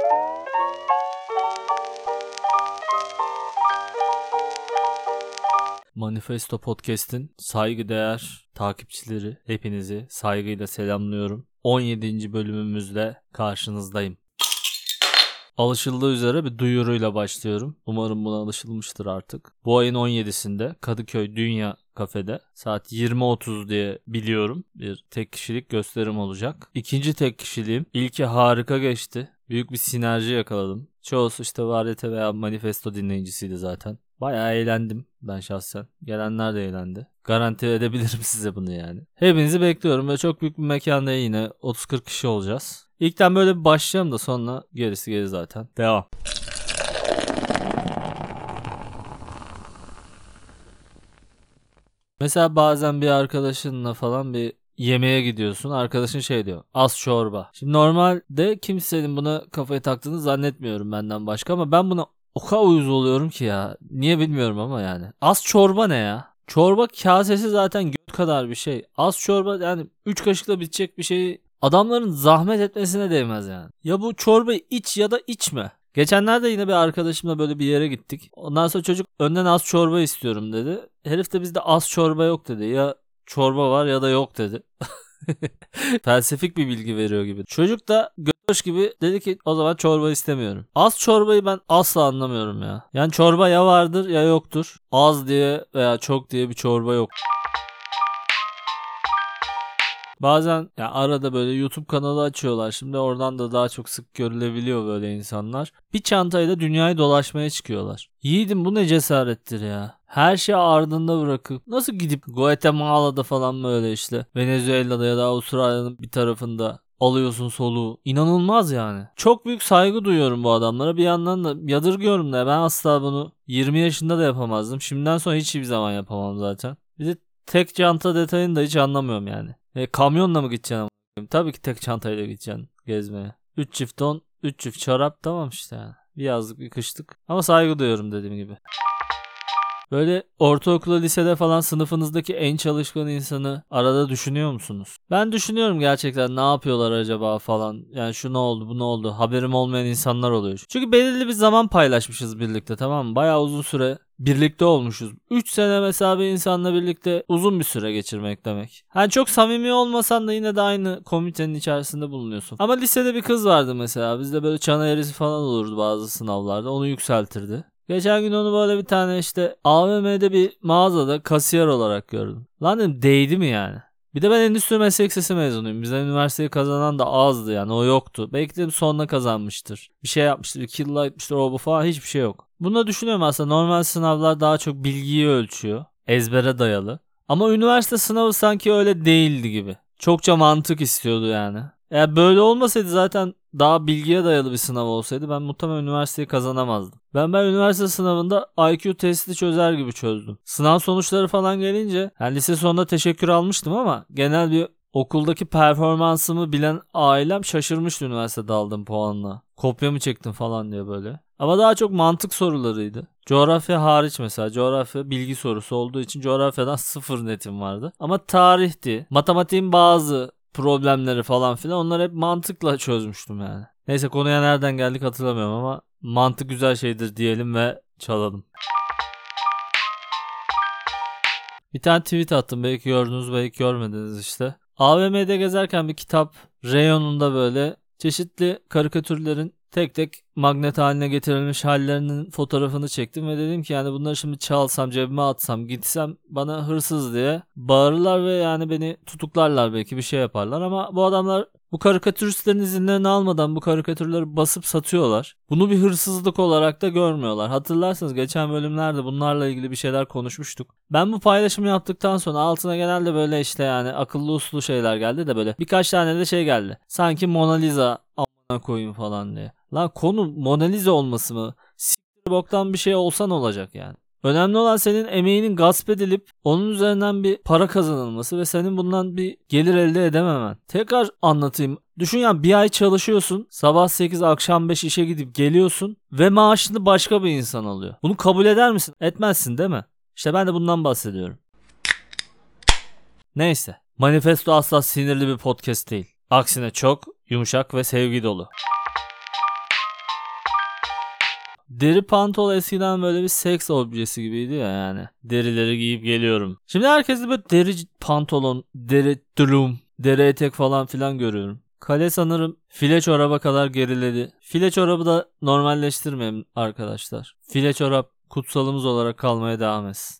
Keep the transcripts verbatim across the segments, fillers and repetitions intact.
Manifesto Podcast'in saygıdeğer takipçileri, hepinizi saygıyla selamlıyorum. on yedinci bölümümüzde karşınızdayım. Alışıldığı üzere bir duyuruyla başlıyorum. Umarım buna alışılmıştır artık. Bu ayın on yedisinde Kadıköy Dünya Kafede saat yirmi otuz diye biliyorum bir tek kişilik gösterim olacak. İkinci tek kişiliğim. İlki harika geçti. Büyük bir sinerji yakaladım. Çoğusu işte Varyete veya Manifesto dinleyicisiydi zaten. Bayağı eğlendim ben şahsen. Gelenler de eğlendi. Garanti edebilirim size bunu yani. Hepinizi bekliyorum ve çok büyük bir mekanda yine otuz kırk kişi olacağız. İlkten böyle bir başlayalım da sonra gerisi geri zaten. Devam. Mesela bazen bir arkadaşınla falan bir yemeğe gidiyorsun. Arkadaşın şey diyor. Az çorba. Şimdi normalde kimsenin buna kafayı taktığını zannetmiyorum benden başka ama ben buna o kadar uyuz oluyorum ki ya. Niye bilmiyorum ama yani. Az çorba ne ya? Çorba kasesi zaten göt kadar bir şey. Az çorba yani üç kaşıkla bitecek bir şeyi adamların zahmet etmesine değmez yani. Ya bu çorbayı iç ya da içme. Geçenlerde yine bir arkadaşımla böyle bir yere gittik. Ondan sonra çocuk önden az çorba istiyorum dedi. Herif de bizde az çorba yok dedi. Ya çorba var ya da yok dedi. Felsefik bir bilgi veriyor gibi. Çocuk da göç gibi dedi ki o zaman çorba istemiyorum. Az çorbayı ben asla anlamıyorum ya. Yani çorba ya vardır ya yoktur. Az diye veya çok diye bir çorba yok. Bazen ya arada böyle YouTube kanalı açıyorlar. Şimdi oradan da daha çok sık görülebiliyor böyle insanlar. Bir çantayla dünyayı dolaşmaya çıkıyorlar. Yiğidim bu ne cesarettir ya. Her şeyi ardında bırakıp nasıl gidip Guatemala'da falan böyle işte Venezuela'da ya da Avustralya'nın bir tarafında alıyorsun soluğu. İnanılmaz yani. Çok büyük saygı duyuyorum bu adamlara. Bir yandan da yadırgıyorum da ben asla bunu yirmi yaşında da yapamazdım. Şimdiden sonra hiçbir zaman yapamam zaten. Bir de tek çanta detayını da hiç anlamıyorum yani. E, kamyonla mı gideceksin ama? Tabii ki tek çantayla gideceksin gezmeye. üç çift don, üç çift çorap tamam işte yani. Bir yazlık bir kışlık. Ama saygı duyuyorum dediğim gibi. Böyle ortaokulda, lisede falan sınıfınızdaki en çalışkan insanı arada düşünüyor musunuz? Ben düşünüyorum gerçekten ne yapıyorlar acaba falan. Yani şu ne oldu bu ne oldu haberim olmayan insanlar oluyor. Çünkü belirli bir zaman paylaşmışız birlikte tamam mı? Bayağı uzun süre birlikte olmuşuz. üç sene mesela bir insanla birlikte uzun bir süre geçirmek demek. Yani çok samimi olmasan da yine de aynı komitenin içerisinde bulunuyorsun. Ama lisede bir kız vardı mesela. Bizde böyle çana eğrisi falan olurdu bazı sınavlarda. Onu yükseltirdi. Geçen gün onu böyle bir tane işte A V M'de bir mağazada kasiyer olarak gördüm. Lan dedim değdi mi yani? Bir de ben endüstri meslek lisesi mezunuyum. Bizden üniversiteyi kazanan da azdı yani o yoktu. Belki de sonuna kazanmıştır. Bir şey yapmıştır. iki yılla gitmiştir o bu falan hiçbir şey yok. Bunu da düşünüyorum aslında normal sınavlar daha çok bilgiyi ölçüyor. Ezbere dayalı. Ama üniversite sınavı sanki öyle değildi gibi. Çokça mantık istiyordu yani. Eğer böyle olmasaydı zaten daha bilgiye dayalı bir sınav olsaydı ben muhtemelen üniversiteyi kazanamazdım. Ben ben üniversite sınavında I Q testi çözer gibi çözdüm. Sınav sonuçları falan gelince yani lise sonunda teşekkür almıştım ama genel bir okuldaki performansımı bilen ailem şaşırmıştı üniversitede aldığım puanla. Kopya mı çektin falan diye böyle. Ama daha çok mantık sorularıydı. Coğrafya hariç mesela. Coğrafya bilgi sorusu olduğu için coğrafyadan sıfır netim vardı. Ama tarihti. Matematiğin bazı problemleri falan filan onları hep mantıkla çözmüştüm yani. Neyse konuya nereden geldik hatırlamıyorum ama mantık güzel şeydir diyelim ve çalalım. Bir tane tweet attım belki gördünüz belki görmediniz işte. A V M'de gezerken bir kitap reyonunda böyle çeşitli karikatürlerin tek tek magnet haline getirilmiş hallerinin fotoğrafını çektim ve dedim ki yani bunları şimdi çalsam cebime atsam gitsem bana hırsız diye bağırırlar ve yani beni tutuklarlar belki bir şey yaparlar ama bu adamlar bu karikatüristlerin izinlerini almadan bu karikatürleri basıp satıyorlar. Bunu bir hırsızlık olarak da görmüyorlar. Hatırlarsanız geçen bölümlerde bunlarla ilgili bir şeyler konuşmuştuk. Ben bu paylaşımı yaptıktan sonra altına genelde böyle işte yani akıllı uslu şeyler geldi de böyle birkaç tane de şey geldi. Sanki Mona Lisa amına koyayım falan diye. Lan konu Mona Lisa olması mı? Siktir boktan bir şey olsan olacak yani. Önemli olan senin emeğinin gasp edilip onun üzerinden bir para kazanılması ve senin bundan bir gelir elde edememen. Tekrar anlatayım. Düşün ya bir ay çalışıyorsun. Sabah sekiz akşam beş işe gidip geliyorsun ve maaşını başka bir insan alıyor. Bunu kabul eder misin? Etmezsin değil mi? İşte ben de bundan bahsediyorum. Neyse. Manifesto asla sinirli bir podcast değil. Aksine çok yumuşak ve sevgi dolu. Deri pantol eskiden böyle bir seks objesi gibiydi ya yani. Derileri giyip geliyorum. Şimdi herkes böyle deri pantolon, deri tulum, deri etek falan filan görüyorum. Kale sanırım file çoraba kadar geriledi. File çorabı da normalleştirmeyin arkadaşlar. File çorap kutsalımız olarak kalmaya devam etsin.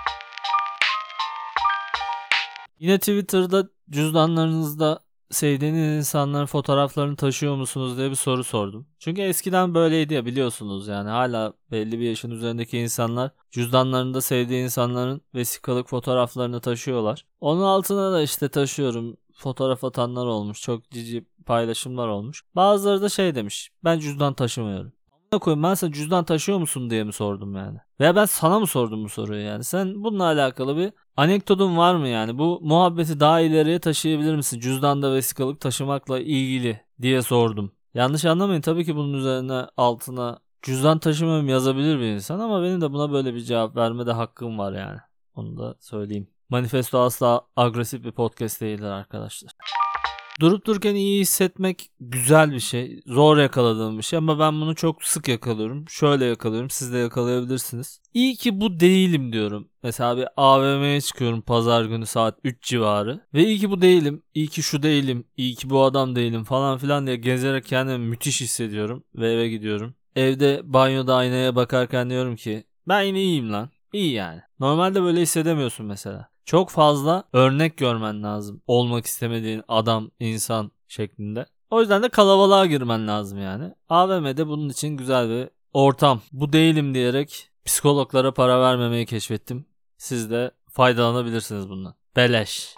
Yine Twitter'da cüzdanlarınızda sevdiğiniz insanların fotoğraflarını taşıyor musunuz diye bir soru sordum. Çünkü eskiden böyleydi ya, biliyorsunuz yani, hala belli bir yaşın üzerindeki insanlar cüzdanlarında sevdiği insanların vesikalık fotoğraflarını taşıyorlar. Onun altına da işte taşıyorum fotoğraf atanlar olmuş, çok cici paylaşımlar olmuş. Bazıları da şey demiş, ben cüzdan taşımıyorum. Amına koyayım, ben sana cüzdan taşıyor musun diye mi sordum yani? Veya ben sana mı sordum bu soruyu yani? Sen bununla alakalı bir anekdotun var mı yani? Bu muhabbeti daha ileriye taşıyabilir misin? Cüzdanda vesikalık taşımakla ilgili diye sordum. Yanlış anlamayın, tabii ki bunun üzerine altına cüzdan taşımıyorum yazabilir bir insan, ama benim de buna böyle bir cevap vermede hakkım var yani. Onu da söyleyeyim. Manifesto asla agresif bir podcast değildir arkadaşlar. Durup dururken iyi hissetmek güzel bir şey. Zor yakaladığım bir şey ama ben bunu çok sık yakalıyorum. Şöyle yakalıyorum. Siz de yakalayabilirsiniz. İyi ki bu değilim diyorum. Mesela bir A V M'ye çıkıyorum pazar günü saat üç civarı. Ve iyi ki bu değilim. İyi ki şu değilim. İyi ki bu adam değilim falan filan diye gezerek kendimi müthiş hissediyorum. Ve eve gidiyorum. Evde banyoda aynaya bakarken diyorum ki ben yine iyiyim lan. İyi yani. Normalde böyle hissedemiyorsun mesela. Çok fazla örnek görmen lazım. Olmak istemediğin adam, insan şeklinde. O yüzden de kalabalığa girmen lazım yani. A V M'de bunun için güzel bir ortam. Bu değilim diyerek psikologlara para vermemeyi keşfettim. Siz de faydalanabilirsiniz bundan. Beleş.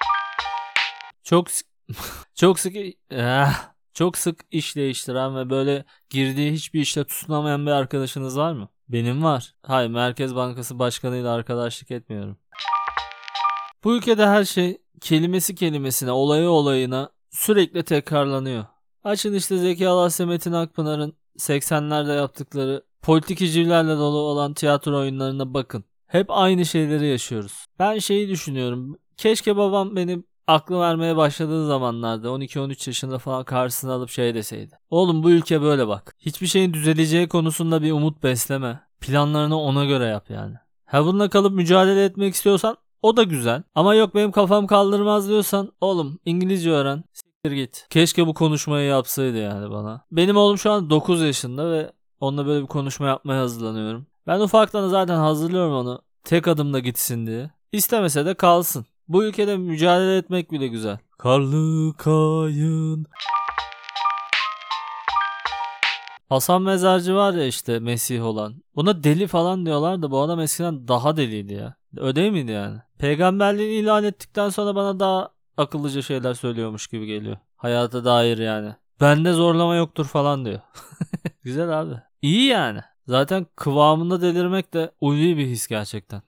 Çok sık çok sık eh, çok sık iş değiştiren ve böyle girdiği hiçbir işte tutunamayan bir arkadaşınız var mı? Benim var. Hayır, Merkez Bankası Başkanı'yla arkadaşlık etmiyorum. Bu ülkede her şey kelimesi kelimesine, olayı olayına sürekli tekrarlanıyor. Açın işte Zeki Alasya, Metin Akpınar'ın seksenlerde yaptıkları politik hicivlerle dolu olan tiyatro oyunlarına bakın. Hep aynı şeyleri yaşıyoruz. Ben şeyi düşünüyorum. Keşke babam beni aklı vermeye başladığı zamanlarda on iki on üç yaşında falan karşısına alıp şey deseydi. Oğlum bu ülke böyle bak. Hiçbir şeyin düzeleceği konusunda bir umut besleme. Planlarını ona göre yap yani. Ha bununla kalıp mücadele etmek istiyorsan o da güzel. Ama yok benim kafam kaldırmaz diyorsan oğlum İngilizce öğren. Siktir git. Keşke bu konuşmayı yapsaydı yani bana. Benim oğlum şu an dokuz yaşında ve onunla böyle bir konuşma yapmaya hazırlanıyorum. Ben ufaktan zaten hazırlıyorum onu. Tek adımda gitsin diye. İstemese de kalsın. Bu ülkede mücadele etmek bile güzel. Karlı kayın. Hasan Mezarcı var ya işte Mesih olan. Buna deli falan diyorlar da bu adam eskiden daha deliydi ya. Öyle değil miydi yani? Peygamberliğini ilan ettikten sonra bana daha akıllıca şeyler söylüyormuş gibi geliyor. Hayata dair yani. Bende zorlama yoktur falan diyor. Güzel abi. İyi yani. Zaten kıvamında delirmek de ulvi bir his gerçekten.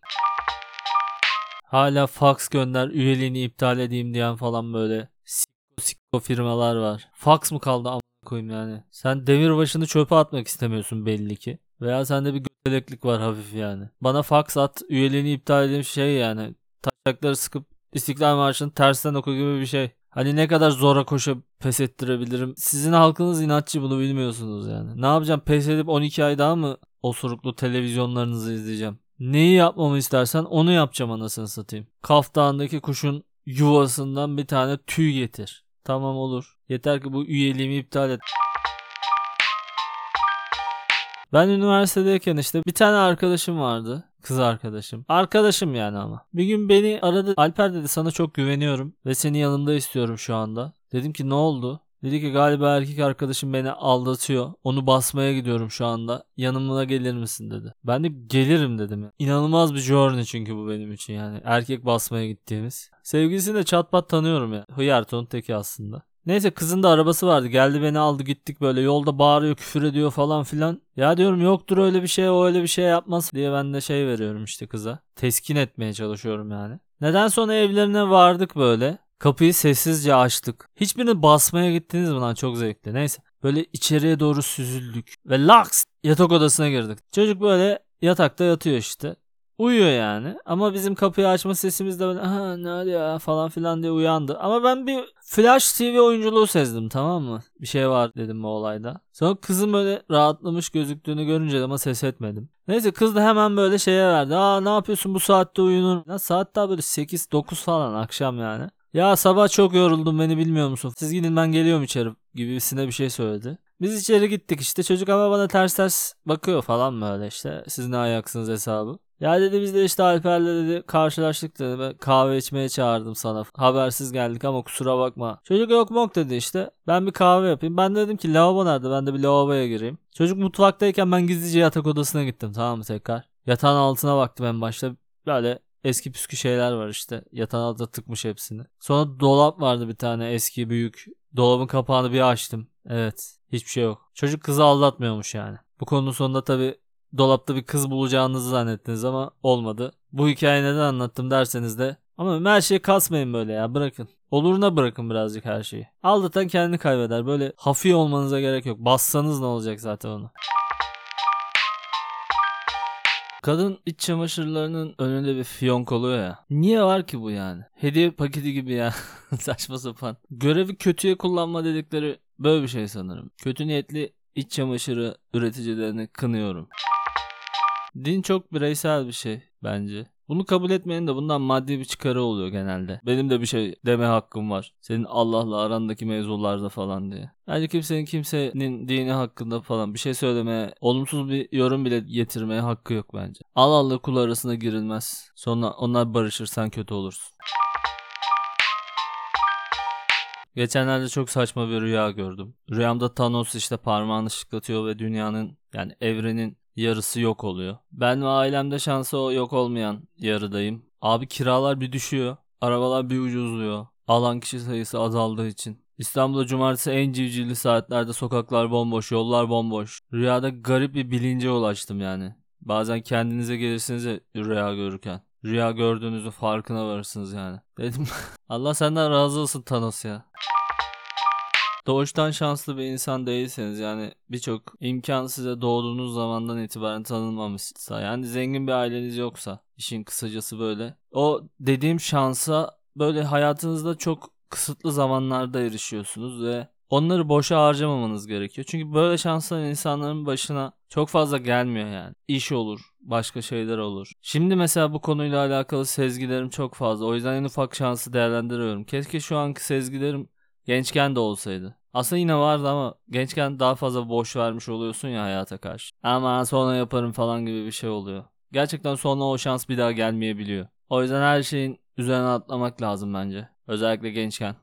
Hala fax gönder, üyeliğini iptal edeyim diyen falan böyle sikko sikko firmalar var. Fax mı kaldı am koyayım yani. Sen demirbaşını çöpe atmak istemiyorsun belli ki. Veya sende bir göbeleklik var hafif yani. Bana fax at, üyeliğini iptal edeyim şey yani. Taşakları sıkıp İstiklal Marşı'nı tersten oku gibi bir şey. Hani ne kadar zora koşup pes ettirebilirim. Sizin halkınız inatçı, bunu bilmiyorsunuz yani. Ne yapacağım, pes edip on iki ay daha mı osuruklu televizyonlarınızı izleyeceğim? Neyi yapmamı istersen onu yapacağım anasını satayım. Kaf Dağı'ndaki kuşun yuvasından bir tane tüy getir. Tamam olur. Yeter ki bu üyeliğimi iptal et. Ben üniversitedeyken işte bir tane arkadaşım vardı. Kız arkadaşım. Arkadaşım yani ama. Bir gün beni aradı. Alper dedi sana çok güveniyorum ve seni yanımda istiyorum şu anda. Dedim ki ne oldu? Dedi ki galiba erkek arkadaşım beni aldatıyor. Onu basmaya gidiyorum şu anda. Yanımına gelir misin dedi. Ben de gelirim dedim. İnanılmaz bir journey çünkü bu benim için yani. Erkek basmaya gittiğimiz. Sevgilisini de çat pat tanıyorum ya. Hıyartonun teki aslında. Neyse kızın da arabası vardı. Geldi beni aldı gittik böyle. Yolda bağırıyor, küfür ediyor falan filan. Ya diyorum yoktur öyle bir şey, o öyle bir şey yapmaz diye ben de şey veriyorum işte kıza. Teskin etmeye çalışıyorum yani. Neden sonra evlerine vardık böyle. Kapıyı sessizce açtık. Hiçbirini basmaya gittiniz mi lan, çok zevkli. Neyse böyle içeriye doğru süzüldük. Ve laks yatak odasına girdik. Çocuk böyle yatakta yatıyor işte. Uyuyor yani. Ama bizim kapıyı açma sesimiz de böyle aha ne oluyor ya falan filan diye uyandı. Ama ben bir Flash T V oyunculuğu sezdim, tamam mı? Bir şey var dedim bu olayda. Sonra kızım böyle rahatlamış gözüktüğünü görünce de ama ses etmedim. Neyse kız da hemen böyle şeye verdi. Aa ne yapıyorsun bu saatte uyunur. Ya saat daha böyle sekiz dokuz falan akşam yani. Ya sabah çok yoruldum beni bilmiyor musun? Siz gidin ben geliyorum içeri gibisine bir şey söyledi. Biz içeri gittik işte, çocuk ama bana ters ters bakıyor falan böyle işte. Siz ne ayaksınız hesabı. Ya dedi biz de işte Alper'le dedi karşılaştık dedi. Ben kahve içmeye çağırdım sana. Habersiz geldik ama kusura bakma. Çocuk yok mok dedi işte. Ben bir kahve yapayım. Ben de dedim ki lavabo nerede? Ben de bir lavaboya gireyim. Çocuk mutfaktayken ben gizlice yatak odasına gittim, tamam mı tekrar. Yatağın altına baktım en başta. Böyle eski püskü şeyler var işte. Yatağın altına tıkmış hepsini. Sonra dolap vardı bir tane eski büyük. Dolabın kapağını bir açtım. Evet. Hiçbir şey yok. Çocuk kızı aldatmıyormuş yani. Bu konunun sonunda tabii dolapta bir kız bulacağınızı zannettiniz ama olmadı. Bu hikayeyi neden anlattım derseniz de ama her şeyi kasmayın böyle ya, bırakın. Oluruna bırakın birazcık her şeyi. Aldatan kendini kaybeder. Böyle hafif olmanıza gerek yok. Bassanız ne olacak zaten onu. Kadın iç çamaşırlarının önünde bir fiyonk oluyor ya. Niye var ki bu yani? Hediye paketi gibi ya. Saçma sapan. Görevi kötüye kullanma dedikleri böyle bir şey sanırım. Kötü niyetli iç çamaşırı üreticilerini kınıyorum. Din çok bireysel bir şey bence. Bunu kabul etmenin de bundan maddi bir çıkarı oluyor genelde. Benim de bir şey deme hakkım var. Senin Allah'la arandaki mevzularda falan diye. Bence kimsenin kimsenin dini hakkında falan bir şey söylemeye, olumsuz bir yorum bile getirmeye hakkı yok bence. Allah'la kul arasına girilmez. Sonra onlar barışır, sen kötü olursun. Geçenlerde çok saçma bir rüya gördüm. Rüyamda Thanos işte parmağını şıklatıyor ve dünyanın yani evrenin yarısı yok oluyor. Ben ve ailemde şansı o yok olmayan yarıdayım. Abi kiralar bir düşüyor. Arabalar bir ucuzluyor. Alan kişi sayısı azaldığı için. İstanbul'da cumartesi en civcivli saatlerde sokaklar bomboş, yollar bomboş. Rüyada garip bir bilince ulaştım yani. Bazen kendinize gelirsiniz ya rüya görürken. Rüya gördüğünüzün farkına varırsınız yani. Dedim Allah senden razı olsun Thanos ya. Doğuştan şanslı bir insan değilseniz yani birçok imkan size doğduğunuz zamandan itibaren tanınmamışsa yani zengin bir aileniz yoksa işin kısacası böyle. O dediğim şansa böyle hayatınızda çok kısıtlı zamanlarda erişiyorsunuz ve onları boşa harcamamanız gerekiyor. Çünkü böyle şanslar insanların başına çok fazla gelmiyor yani. İş olur, başka şeyler olur. Şimdi mesela bu konuyla alakalı sezgilerim çok fazla. O yüzden en ufak şansı değerlendiriyorum. Keşke şu anki sezgilerim gençken de olsaydı. Aslında yine vardı ama gençken daha fazla boş vermiş oluyorsun ya hayata karşı. Ama sonra yaparım falan gibi bir şey oluyor. Gerçekten sonra o şans bir daha gelmeyebiliyor. O yüzden her şeyin üzerine atlamak lazım bence. Özellikle gençken.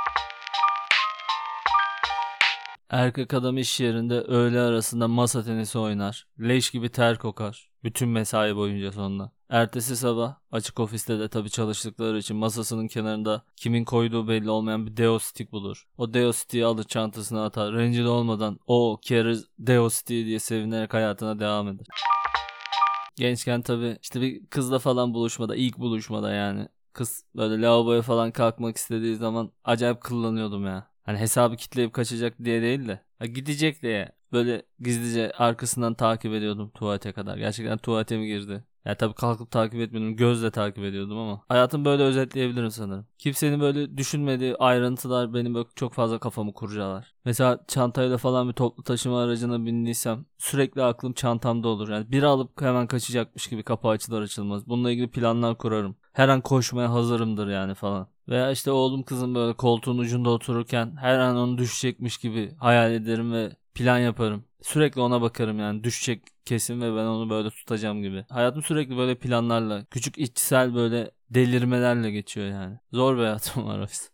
Erkek adam iş yerinde öğle arasında masa tenisi oynar. Leş gibi ter kokar. Bütün mesai boyunca sonunda. Ertesi sabah açık ofiste de tabii çalıştıkları için masasının kenarında kimin koyduğu belli olmayan bir deo stick bulur. O deo stick'i alır çantasına atar. Rencide olmadan o keriz deo stick diye sevinerek hayatına devam eder. Gençken tabii işte bir kızla falan buluşmada, ilk buluşmada yani. Kız böyle lavaboya falan kalkmak istediği zaman acayip kullanıyordum ya. Hani hesabı kitleyip kaçacak diye değil de ha, gidecek diye böyle gizlice arkasından takip ediyordum tuvalete kadar. Gerçekten tuvalete mi girdi? Yani tabii kalkıp takip etmiyordum. Gözle takip ediyordum ama. Hayatım böyle özetleyebilirim sanırım. Kimsenin böyle düşünmediği ayrıntılar benim böyle çok fazla kafamı kurcalar. Mesela çantayla falan bir toplu taşıma aracına bindiysem sürekli aklım çantamda olur. Yani biri alıp hemen kaçacakmış gibi kapı açılır açılmaz. Bununla ilgili planlar kurarım. Her an koşmaya hazırımdır yani falan. Veya işte oğlum kızım böyle koltuğun ucunda otururken her an onu düşecekmiş gibi hayal ederim ve plan yaparım. Sürekli ona bakarım yani düşecek kesin ve ben onu böyle tutacağım gibi. Hayatım sürekli böyle planlarla, küçük içsel böyle delirmelerle geçiyor yani. Zor bir hayatım var o yüzden.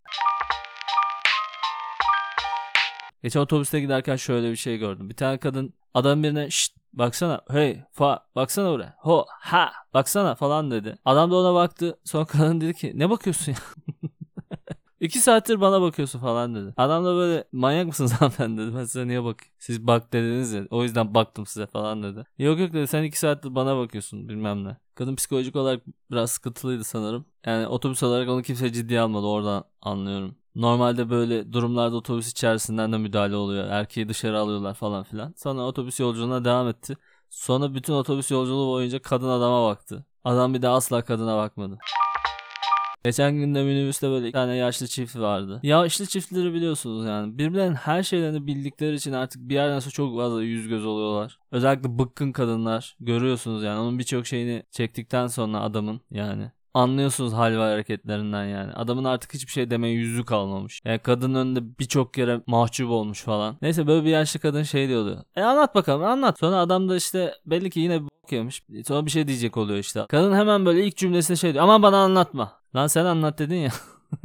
Geçen otobüste giderken şöyle bir şey gördüm. Bir tane kadın adam birine şşt baksana hey fa baksana oraya ho ha baksana falan dedi. Adam da ona baktı, sonra kadın dedi ki ne bakıyorsun ya? İki saattir bana bakıyorsun falan dedi. Adam da böyle manyak mısınız hanımefendi dedi. Ben size niye bakayım? Siz bak dediniz ya o yüzden baktım size falan dedi. Yok yok dedi, sen iki saattir bana bakıyorsun bilmem ne. Kadın psikolojik olarak biraz sıkıntılıydı sanırım. Yani otobüs olarak onu kimse ciddiye almadı, oradan anlıyorum. Normalde böyle durumlarda otobüs içerisinden de müdahale oluyor. Erkeği dışarı alıyorlar falan filan. Sonra otobüs yolculuğuna devam etti. Sonra bütün otobüs yolculuğu boyunca kadın adama baktı. Adam bir de asla kadına bakmadı. Geçen gün de minibüste böyle bir tane yaşlı çift vardı. Yaşlı çiftleri biliyorsunuz yani. Birbirlerinin her şeylerini bildikleri için artık bir yerden sonra çok fazla yüz göz oluyorlar. Özellikle bıkkın kadınlar. Görüyorsunuz yani. Onun birçok şeyini çektikten sonra adamın yani. Anlıyorsunuz hal ve hareketlerinden yani. Adamın artık hiçbir şey demeye yüzü kalmamış. Yani kadının önünde birçok kere mahcup olmuş falan. Neyse böyle bir yaşlı kadın şey diyordu. E anlat bakalım anlat. Sonra adam da işte belli ki yine bir bok yemiş. Sonra bir şey diyecek oluyor işte. Kadın hemen böyle ilk cümlesinde şey diyor. Aman bana anlatma. Lan sen anlat dedin ya.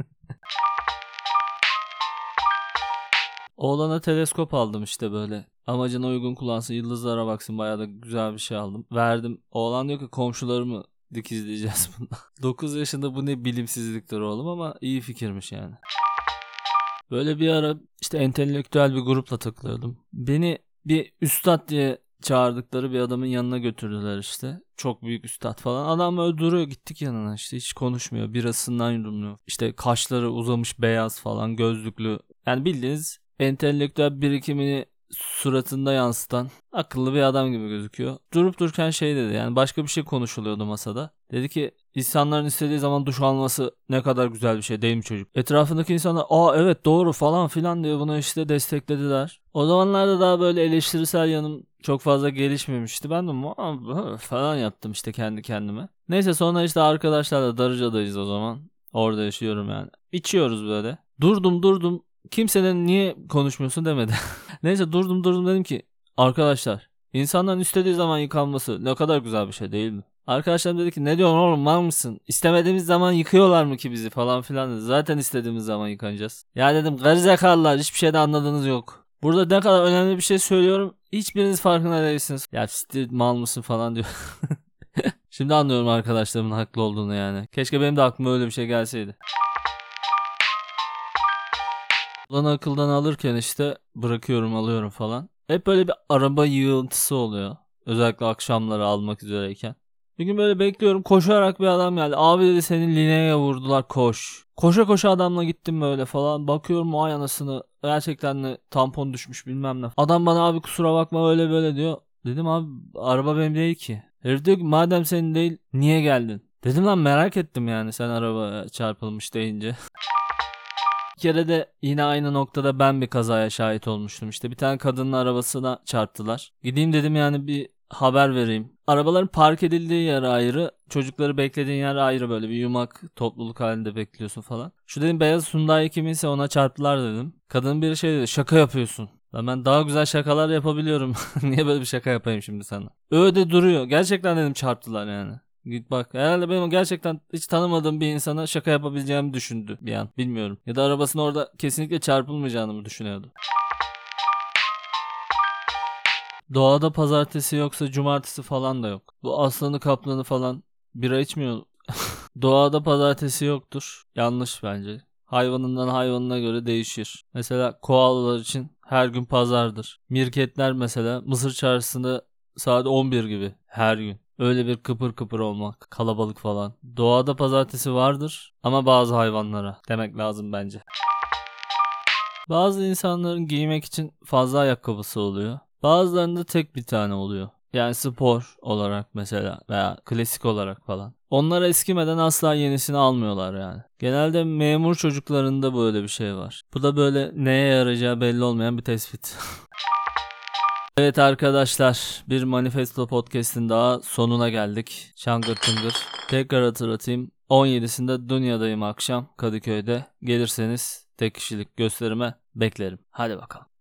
Oğlana teleskop aldım işte böyle. Amacına uygun kullansın, yıldızlara baksın, bayağı da güzel bir şey aldım. Verdim. Oğlan diyor ki komşularımı dikizleyeceğiz bundan. dokuz yaşında bu ne bilimsizliktir oğlum ama iyi fikirmiş yani. Böyle bir ara işte entelektüel bir grupla takılıyordum. Beni bir üstad diye çağırdıkları bir adamın yanına götürdüler işte. Çok büyük üstad falan. Adam öyle duruyor, gittik yanına işte, hiç konuşmuyor. Birasından yudumluyor. İşte kaşları uzamış beyaz falan, gözlüklü. Yani bildiğiniz entelektüel birikimini suratında yansıtan akıllı bir adam gibi gözüküyor. Durup dururken şey dedi, yani başka bir şey konuşuluyordu masada. Dedi ki insanların istediği zaman duş alması ne kadar güzel bir şey değil mi çocuk? Etrafındaki insanlar aa evet doğru falan filan diye bunu işte desteklediler. O zamanlarda daha böyle eleştirisel yanım çok fazla gelişmemişti. Ben de falan yaptım işte kendi kendime. Neyse sonra işte arkadaşlarla Darıca'dayız o zaman. Orada yaşıyorum yani. İçiyoruz böyle. Durdum durdum. Kimsenin niye konuşmuyorsun demedi. Neyse durdum durdum dedim ki arkadaşlar insanların istediği zaman yıkanması ne kadar güzel bir şey değil mi? Arkadaşlarım dedi ki ne diyorsun oğlum, mal mısın? İstemediğimiz zaman yıkıyorlar mı ki bizi falan filan dedi. Zaten istediğimiz zaman yıkanacağız. Ya dedim gerizekalılar, hiçbir şeyde anladığınız yok. Burada ne kadar önemli bir şey söylüyorum. Hiçbiriniz farkında değilsiniz. Ya siktir mal mısın falan diyor. Şimdi anlıyorum arkadaşlarımın haklı olduğunu yani. Keşke benim de aklıma öyle bir şey gelseydi. Ulan akıldan alırken işte bırakıyorum alıyorum falan. Hep böyle bir araba yığıntısı oluyor. Özellikle akşamları almak üzereyken. Bir gün böyle bekliyorum, koşarak bir adam geldi. Abi dedi seni lineye vurdular, koş. Koşa koşa adamla gittim böyle falan. Bakıyorum o ay anasını, gerçekten de tampon düşmüş bilmem ne. Adam bana abi kusura bakma öyle böyle diyor. Dedim abi araba benim değil ki. Herif diyor ki madem senin değil niye geldin? Dedim lan merak ettim yani sen araba çarpılmış deyince. Bir kere de yine aynı noktada ben bir kazaya şahit olmuştum. İşte bir tane kadının arabasına çarptılar. Gideyim dedim yani bir haber vereyim. Arabaların park edildiği yer ayrı, çocukları beklediğin yer ayrı, böyle bir yumak topluluk halinde bekliyorsun falan. Şu dedim beyaz Hyundai kiminse ona çarptılar dedim. Kadın bir şey dedi, şaka yapıyorsun. Lan ben daha güzel şakalar yapabiliyorum. Niye böyle bir şaka yapayım şimdi sana? Öyle duruyor. Gerçekten dedim çarptılar yani. Git bak. Herhalde benim gerçekten hiç tanımadığım bir insana şaka yapabileceğimi düşündü bir an. Bilmiyorum. Ya da arabasının orada kesinlikle çarpılmayacağını mı düşünüyordu? Doğada pazartesi yoksa cumartesi falan da yok. Bu aslanı kaplanı falan bira içmiyor. Doğada pazartesi yoktur. Yanlış bence. Hayvanından hayvanına göre değişir. Mesela koalalar için her gün pazardır. Mirketler mesela Mısır çarşısında saat on bir gibi her gün. Öyle bir kıpır kıpır olmak, kalabalık falan. Doğada pazartesi vardır ama bazı hayvanlara demek lazım bence. Bazı insanların giymek için fazla ayakkabısı oluyor. Bazılarında tek bir tane oluyor. Yani spor olarak mesela veya klasik olarak falan. Onlar eskimeden asla yenisini almıyorlar yani. Genelde memur çocuklarında böyle bir şey var. Bu da böyle neye yarayacağı belli olmayan bir tespit. Evet arkadaşlar, bir Manifesto Podcast'in daha sonuna geldik. Şangır tıngır. Tekrar hatırlatayım. on yedisinde Dünya'dayım akşam Kadıköy'de. Gelirseniz tek kişilik gösterime beklerim. Hadi bakalım.